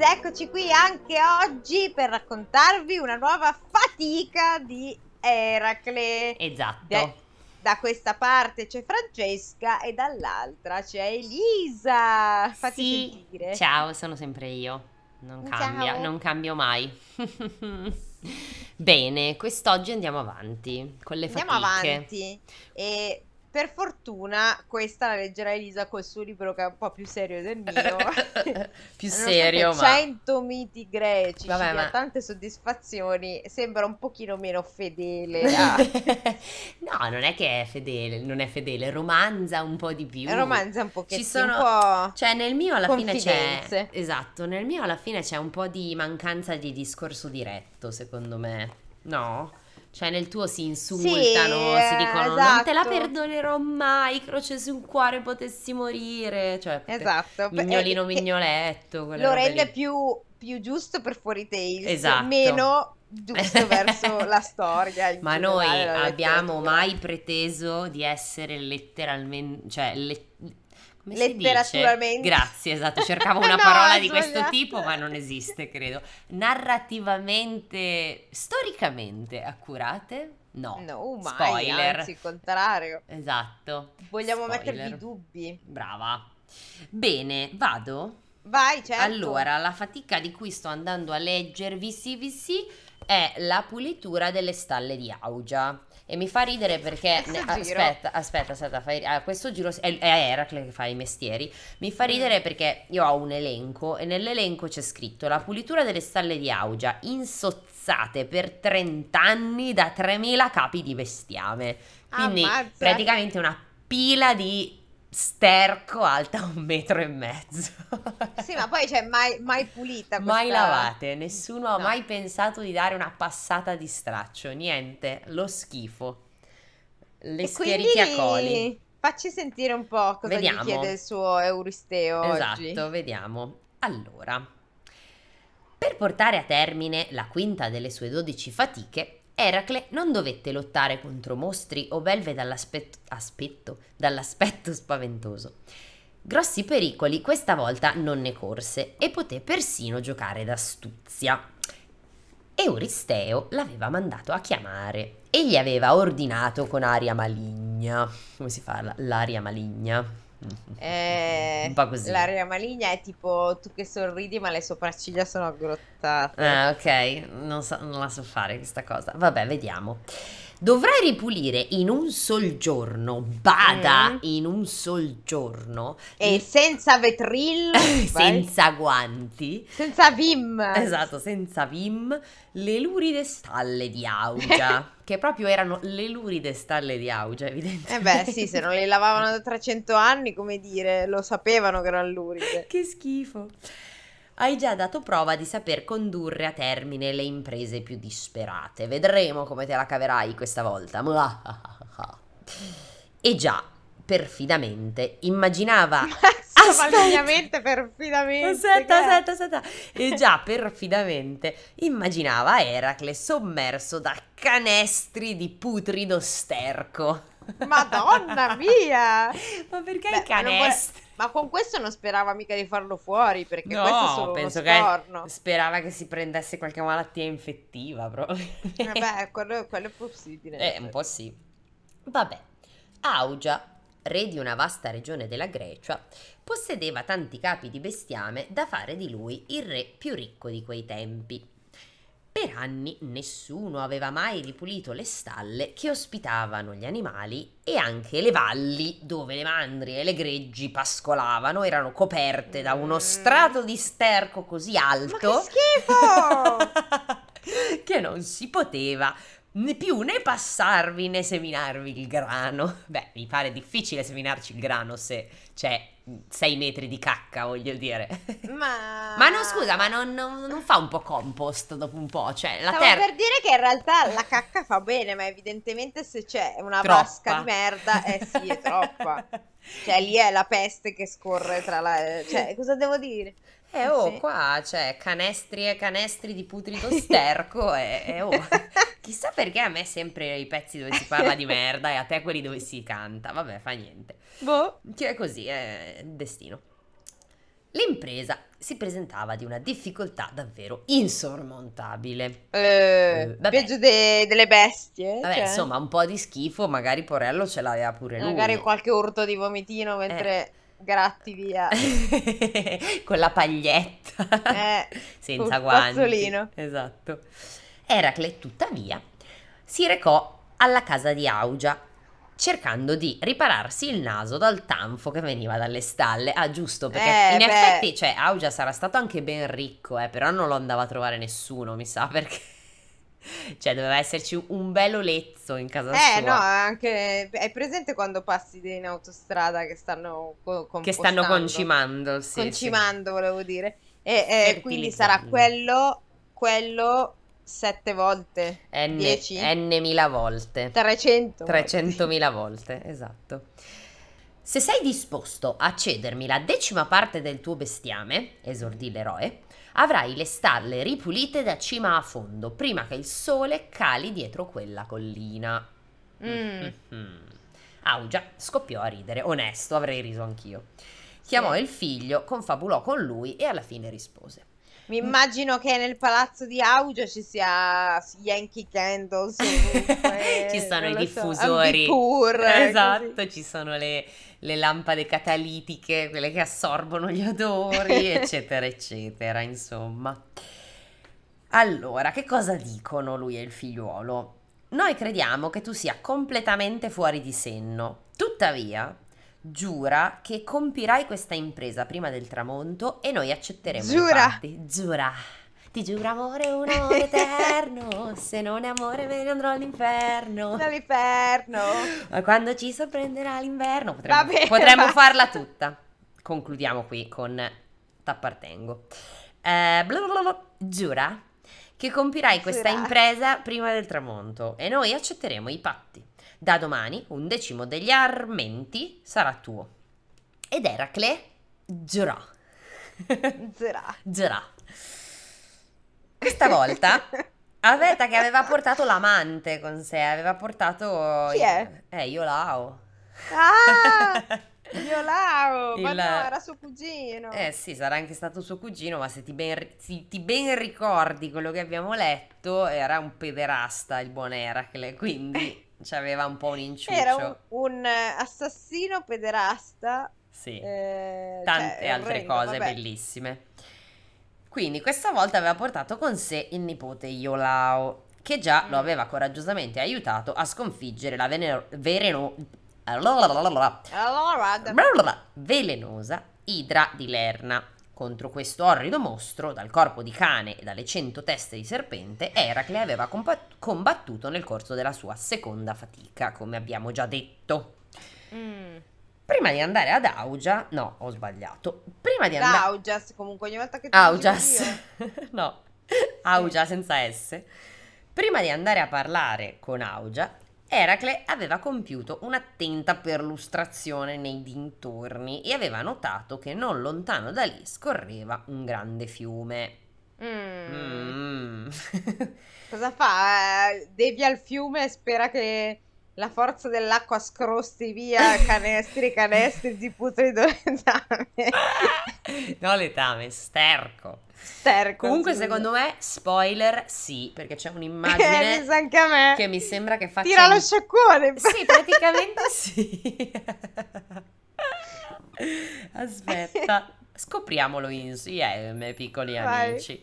eccoci qui anche oggi per raccontarvi una nuova fatica di Eracle. Esatto. Da questa parte c'è Francesca e dall'altra c'è Elisa. Fatti Sì, sentire. ciao, sono sempre io. Non cambia, Ciao. non cambio mai. Bene, quest'oggi andiamo avanti con le Andiamo fatiche. avanti e per fortuna questa la leggerà Elisa col suo libro che è un po' più serio del mio. Più Nonostante serio, ma 100 miti greci vabbè, ci dia ma tante soddisfazioni, sembra un pochino meno fedele a no, non è che è fedele, non è fedele, romanza un po' di più. romanza un Ci pochettino, un sono, po' cioè nel mio alla fine confidenze. esatto, nel mio alla fine c'è un po' di mancanza di discorso diretto, secondo me. No? Cioè nel tuo si Sì, insultano, si dicono non te la esatto, perdonerò mai, croce sul cuore potessi morire, cioè esatto, mignolino che mignoletto, quelle lo robe rende lì. più giusto per Fairy Tales, Esatto. meno giusto verso la storia in Ma generale, noi la abbiamo letteratura. mai preteso di essere letteralmente, cioè, come si dice? Letteraturamente. Grazie, esatto, cercavo una No, parola hai di questo sbagliato. tipo, ma non esiste, credo. Narrativamente, storicamente accurate? No. No, mai, Spoiler. anzi, il contrario. Esatto. Vogliamo mettervi Spoiler. dubbi. Brava. Bene, vado? Vai, certo. Allora, la fatica di cui sto andando a leggervi è la pulitura delle stalle di Augia. E mi fa ridere perché Questo giro. aspetta, questo giro è Eracle che fa i mestieri. Mi fa Mm. ridere perché io ho un elenco e nell'elenco c'è scritto la pulitura delle stalle di Augia insozzate per 30 anni da 3000 capi di bestiame. Quindi Ammazza. praticamente una pila di sterco alta 1,5 metri. Sì, ma poi c'è mai pulita Mai questa. lavate, nessuno ha No. mai pensato di dare una passata di straccio, niente, lo schifo. Le E schierichiacoli. quindi facci sentire un po' cosa gli chiede Vediamo. il suo Euristeo oggi. Esatto, vediamo. Allora, per portare a termine la quinta delle sue 12 fatiche, Eracle non dovette lottare contro mostri o belve dall'aspetto spaventoso. Grossi pericoli questa volta non ne corse e poté persino giocare d'astuzia. Euristeo l'aveva mandato a chiamare e gli aveva ordinato con aria maligna. Come si fa l'aria maligna? Un po' così. L'aria maligna è tipo tu che sorridi ma le sopracciglia sono aggrottate. Ah, ok, non la so fare questa cosa. Vabbè, vediamo. Dovrai ripulire in un sol giorno, bada, Mm. in un sol giorno, E senza vetril, vai. senza guanti, Senza Vim. esatto, senza Vim, le luride stalle di Augia, che proprio erano le luride stalle di Augia, Eh beh, sì, se evidentemente. non le lavavano da 300 anni, come dire, lo sapevano che erano luride. Che schifo. Hai già dato prova di saper condurre a termine le imprese più disperate. Vedremo come te la caverai questa volta. E già, perfidamente, immaginava... Malignamente, perfidamente. Aspetta. E già perfidamente immaginava Eracle sommerso da canestri di putrido sterco. Madonna mia! Ma perché i Beh, canestri? ma con questo non sperava mica di farlo fuori, perché questo è No, solo uno penso scorno. che sperava che si prendesse qualche malattia infettiva, probabilmente. Beh, quello è possibile. in Un effetti. po' sì. Vabbè, Augia, re di una vasta regione della Grecia, possedeva tanti capi di bestiame da fare di lui il re più ricco di quei tempi. Per anni nessuno aveva mai ripulito le stalle che ospitavano gli animali e anche le valli dove le mandrie e le greggi pascolavano erano coperte da uno strato di sterco così Ma che alto schifo! che non si poteva né più né passarvi né seminarvi il grano. Beh, mi pare difficile seminarci il grano se c'è 6 metri di cacca, voglio dire. Ma non, scusa, ma non fa un po' compost dopo un po'? Cioè, la Stavo terra... per dire che in realtà la cacca fa bene, ma evidentemente se c'è una vasca di Troppa. merda, sì, è troppa. Cioè, lì è la peste che scorre tra la... Cioè, cosa devo dire? Sì. Qua c'è canestri e canestri di putrido sterco chissà perché a me sempre i pezzi dove si parla di merda e a te quelli dove si canta. Vabbè, fa niente. Boh. Che è così, è il destino. L'impresa si presentava di una difficoltà davvero insormontabile. Vabbè, Peggio delle bestie, vabbè, cioè. insomma, un po' di schifo, magari Porello ce l'aveva pure Magari lui. qualche urto di vomitino mentre gratti via. Con la paglietta, senza Un guanti. spazzolino. Esatto. Eracle, tuttavia, si recò alla casa di Augia, cercando di ripararsi il naso dal tanfo che veniva dalle stalle. Ah, giusto, perché in effetti, cioè, Augia sarà stato anche ben ricco, però non lo andava a trovare nessuno, mi sa, perché cioè doveva esserci un bel olezzo in casa sua. No, anche hai presente quando passi in autostrada che stanno Che stanno compostando? concimando, sì, Concimando, volevo dire. E quindi sarà quello 7 volte, 10, N mila volte. 300 300.000 volte, esatto. Se sei disposto a cedermi la 10ª parte del tuo bestiame, esordì l'eroe, avrai le stalle ripulite da cima a fondo, prima che il sole cali dietro quella collina. Augia scoppiò a ridere. Onesto, avrei riso anch'io. Chiamò il figlio, confabulò con lui e alla fine rispose. Mi immagino che nel palazzo di Augia ci sia Yankee Candles ovunque, ci sono i non lo so, diffusori. Ambipur, Esatto, così. ci sono le lampade catalitiche, quelle che assorbono gli odori, eccetera, eccetera, insomma. Allora, che cosa dicono lui e il figliuolo? Noi crediamo che tu sia completamente fuori di senno. Tuttavia, giura che compirai questa impresa prima del tramonto e noi accetteremo i patti. Giura. Ti giuro amore, un amore eterno, se non è amore me ne andrò all'inferno. Ma quando ci sorprenderà l'inverno potremmo farla tutta. Concludiamo qui con t'appartengo. Giura che compirai questa impresa prima del tramonto e noi accetteremo i patti. Da domani 11 degli armenti sarà tuo. Ed Eracle giurò. Giurò. Questa volta Aveta che aveva portato l'amante con sé, aveva portato... Chi è? Iolao. Ah! Iolao, ma no, era suo cugino. Sì, sarà anche stato suo cugino, ma se ti ben ricordi quello che abbiamo letto, era un pederasta il buon Eracle, quindi c'aveva un po' un inciuccio. Era un assassino pederasta. Sì, tante altre cose bellissime. Quindi questa volta aveva portato con sé il nipote Iolao, che già lo aveva coraggiosamente aiutato a sconfiggere la velenosa Idra di Lerna. Contro questo orrido mostro, dal corpo di cane e dalle 100 teste di serpente, Eracle aveva combattuto nel corso della sua seconda fatica, come abbiamo già detto. Prima di andare ad Augia, no, ho sbagliato. Prima di andare Augias, comunque ogni volta che ti Augias. No, Augia senza S. Prima di andare a parlare con Augia, Eracle aveva compiuto un'attenta perlustrazione nei dintorni e aveva notato che non lontano da lì scorreva un grande fiume. Cosa fa? Devia il fiume e spera che la forza dell'acqua scrosti via canestri di putrido letame. No, letame, sterco. Comunque, secondo me, spoiler, sì, perché c'è un'immagine anche a me. che mi sembra che faccia... Tira lo sciacquone. Sì, praticamente sì. Aspetta, scopriamolo insieme, piccoli amici.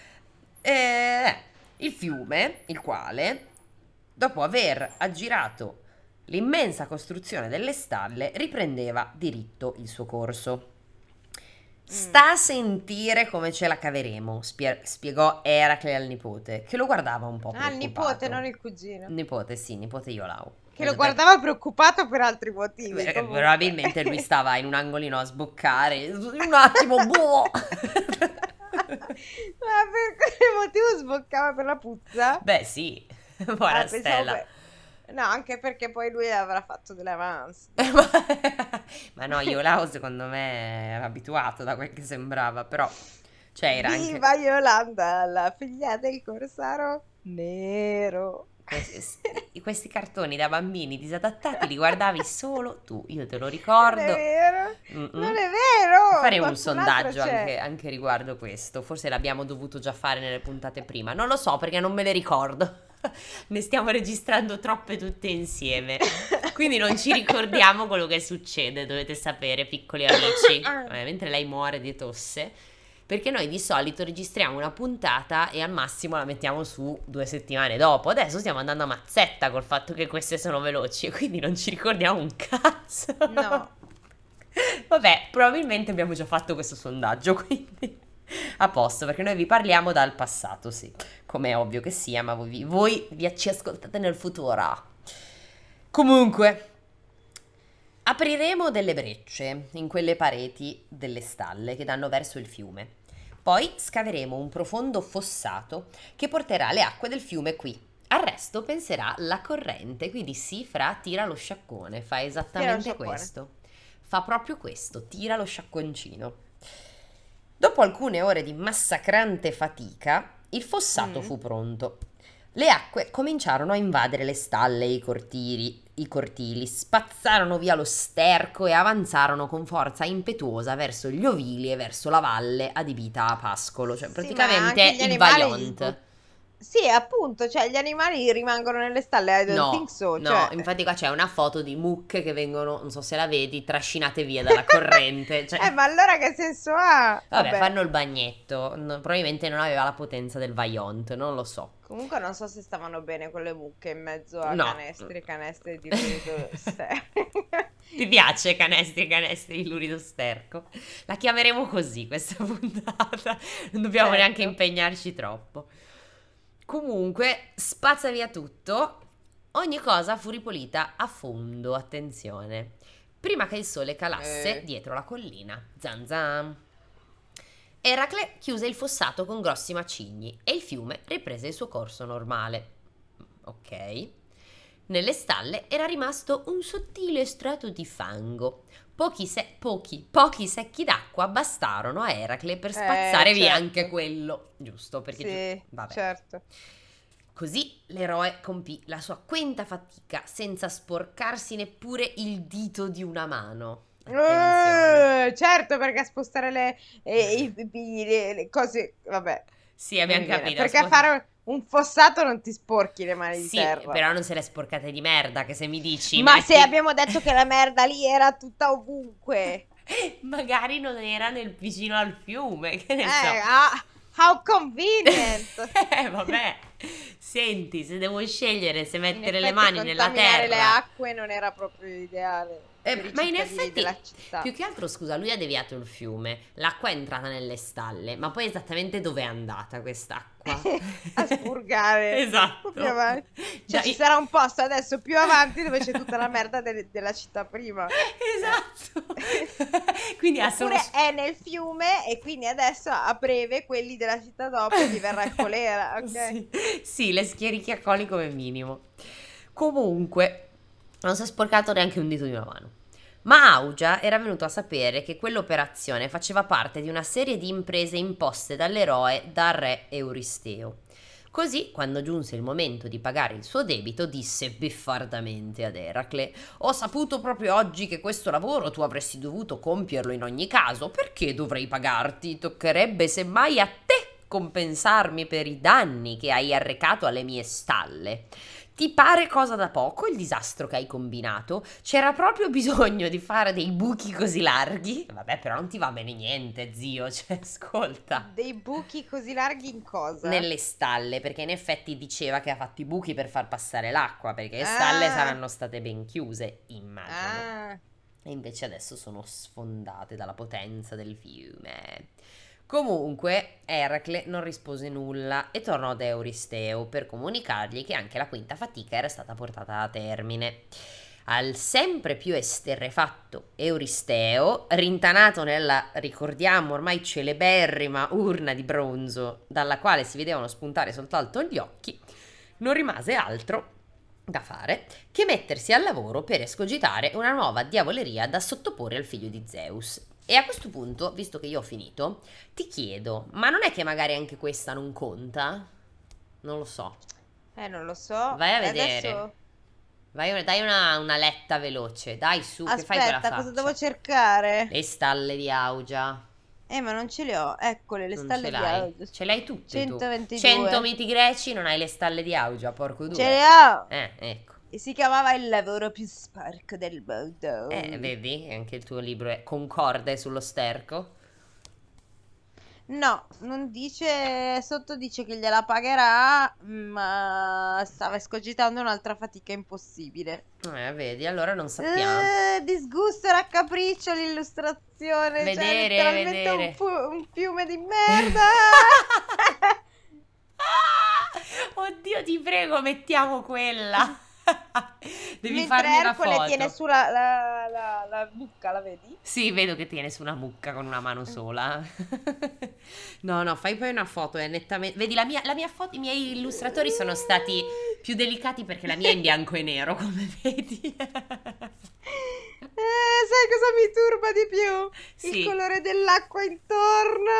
Il fiume, il quale, dopo aver aggirato l'immensa costruzione delle stalle, riprendeva diritto il suo corso. Sta a sentire come ce la caveremo, spiegò Eracle al nipote, che lo guardava un po' preoccupato. Il nipote, non il cugino. Nipote Iolao. Che lo guardava preoccupato per altri motivi. Probabilmente lui stava in un angolino a sboccare. Un attimo, boh! Ma per quale motivo sboccava, per la puzza? Beh, sì, buona Stella. No, anche perché poi lui avrà fatto delle avance. Ma no, Iolao secondo me era abituato da quel che sembrava, però Cioè era anche... Viva Yolanda, la figlia del corsaro nero. Questi cartoni da bambini disadattati li guardavi solo tu, io te lo Non è ricordo. vero, non Mm-mm. è vero. Faremo un Qualcun altro sondaggio c'è. anche riguardo questo. Forse l'abbiamo dovuto già fare nelle puntate prima. Non lo so perché non me le ricordo. Ne stiamo registrando troppe tutte insieme. Quindi non ci ricordiamo quello che succede, dovete sapere, piccoli amici. Mentre lei muore di tosse. Perché noi di solito registriamo una puntata e al massimo la mettiamo su 2 settimane dopo. Adesso stiamo andando a mazzetta col fatto che queste sono veloci e quindi non ci ricordiamo un cazzo. No. Vabbè, probabilmente abbiamo già fatto questo sondaggio, quindi a posto, perché noi vi parliamo dal passato, sì, come è ovvio che sia, ma voi ci ascoltate nel futuro. Comunque, apriremo delle brecce in quelle pareti delle stalle che danno verso il fiume. Poi scaveremo un profondo fossato che porterà le acque del fiume qui. Al resto penserà la corrente, quindi sì, Fra tira lo sciaccone, fa esattamente sciaccone. questo. Fa proprio questo, tira lo sciacconcino. Dopo alcune ore di massacrante fatica, il fossato fu pronto. Le acque cominciarono a invadere le stalle e i cortili, spazzarono via lo sterco e avanzarono con forza impetuosa verso gli ovili e verso la valle adibita a pascolo, cioè Sì, praticamente ma anche gli il animali Vajont. Sì, appunto, cioè gli animali rimangono nelle stalle, I don't think No, so, no, cioè... infatti qua c'è una foto di mucche che vengono, non so se la vedi, trascinate via dalla corrente. Cioè, ma allora che senso ha? vabbè, fanno il bagnetto, probabilmente non aveva la potenza del Vajont, non lo so. Comunque non so se stavano bene con le mucche in mezzo a No. canestri e canestri di lurido sterco. Ti piace canestri e canestri di lurido sterco? La chiameremo così questa puntata, non dobbiamo Certo. neanche impegnarci troppo. Comunque, spazza via tutto, ogni cosa fu ripulita a fondo, attenzione, prima che il sole calasse dietro la collina. Zan zan. Eracle chiuse il fossato con grossi macigni e il fiume riprese il suo corso normale. Ok. Nelle stalle era rimasto un sottile strato di fango. Pochi secchi d'acqua bastarono a Eracle per spazzare via certo. anche quello. Giusto, perché... Sì, vabbè. certo. Così l'eroe compì la sua quinta fatica senza sporcarsi neppure il dito di una mano. Attenzione. Certo, perché a spostare le cose, vabbè. Sì, abbiamo non mi viene. capito. Perché a fare un fossato non ti sporchi le mani di Sì, terra. però non se le sporcate di merda, che se mi dici... Ma metti- se abbiamo detto che la merda lì era tutta ovunque. Magari non era vicino al fiume, che ne so. How convenient. Vabbè. Senti, se devo scegliere se In mettere le effetti mani nella contaminare le terra... acque non era proprio ideale per i ma in cittadini effetti, della città. più che altro, scusa, lui ha deviato il fiume, l'acqua è entrata nelle stalle, ma poi esattamente dove è andata quest'acqua? A spurgare. Esatto. Un po' più avanti. Cioè Dai. ci sarà un posto adesso più avanti dove c'è tutta la merda della città prima. Esatto. Quindi ha solo... Oppure è nel fiume e quindi adesso a breve quelli della città dopo gli verrà il colera, ok? Sì, le schieriche a coli come minimo. Comunque, non si è sporcato neanche un dito di una mano. Ma Augia era venuto a sapere che quell'operazione faceva parte di una serie di imprese imposte dall'eroe dal re Euristeo. Così, quando giunse il momento di pagare il suo debito, disse beffardamente ad Eracle: «Ho saputo proprio oggi che questo lavoro tu avresti dovuto compierlo in ogni caso. Perché dovrei pagarti? Toccherebbe semmai a te compensarmi per i danni che hai arrecato alle mie stalle. Ti pare cosa da poco il disastro che hai combinato? C'era proprio bisogno di fare dei buchi così larghi? Vabbè, però non ti va bene niente, zio, cioè, ascolta. Dei buchi così larghi in cosa? Nelle stalle, perché in effetti diceva che ha fatto i buchi per far passare l'acqua, perché le stalle saranno state ben chiuse, immagino. E invece adesso sono sfondate dalla potenza del fiume. Comunque, Eracle non rispose nulla e tornò da Euristeo per comunicargli che anche la quinta fatica era stata portata a termine. Al sempre più esterrefatto Euristeo, rintanato nella, ricordiamo, ormai celeberrima urna di bronzo dalla quale si vedevano spuntare soltanto gli occhi, non rimase altro da fare che mettersi al lavoro per escogitare una nuova diavoleria da sottoporre al figlio di Zeus. E a questo punto, visto che io ho finito, ti chiedo, ma non è che magari anche questa non conta? Non lo so. Non lo so. Vai a vedere. Adesso... Dai una letta veloce. Dai su, che fai quella Aspetta, cosa faccia? devo cercare? Le stalle di Augia. Ma non ce le ho. Eccole, le Non stalle ce di l'hai? Augia. Ce l'hai tutte tu. 122. 100 miti greci, non hai le stalle di Augia, porco due. Ce le ho! Ecco. E si chiamava Il lavoro più sporco del mondo. Vedi? Anche il tuo libro è concorde sullo sterco. No, non dice, sotto dice che gliela pagherà, ma stava escogitando un'altra fatica impossibile. Vedi, allora non sappiamo. Disgusto, raccapriccio, l'illustrazione, cioè Vedere, letteralmente vedere. un fiume di merda. Oddio, ti prego, mettiamo quella. Devi Mentre farmi una Ercole foto. tiene su la mucca, la vedi? Sì, vedo che tiene su una mucca con una mano sola. No, fai poi una foto, è nettamente... Vedi, la mia foto, i miei illustratori sono stati più delicati perché la mia è in bianco e nero, come vedi. Sai cosa mi turba di più? Sì. Il colore dell'acqua intorno.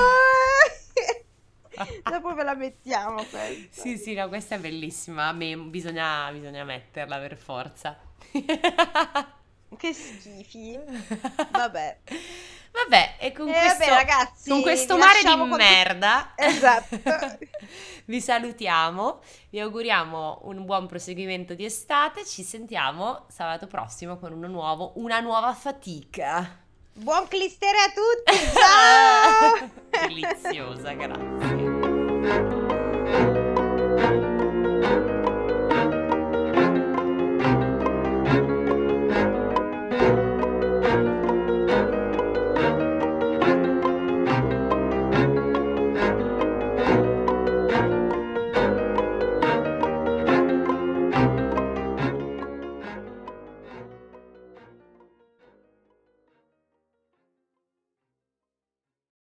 Dopo ve la mettiamo questa. Sì, no, questa è bellissima. A me bisogna metterla per forza. Che schifi. Vabbè. Vabbè, e con Vabbè, ragazzi, con questo vi mare di lasciamo con merda, Esatto. vi salutiamo, vi auguriamo un buon proseguimento di estate. Ci sentiamo sabato prossimo con una nuova fatica. Buon clistere a tutti. Ciao. Deliziosa, grazie.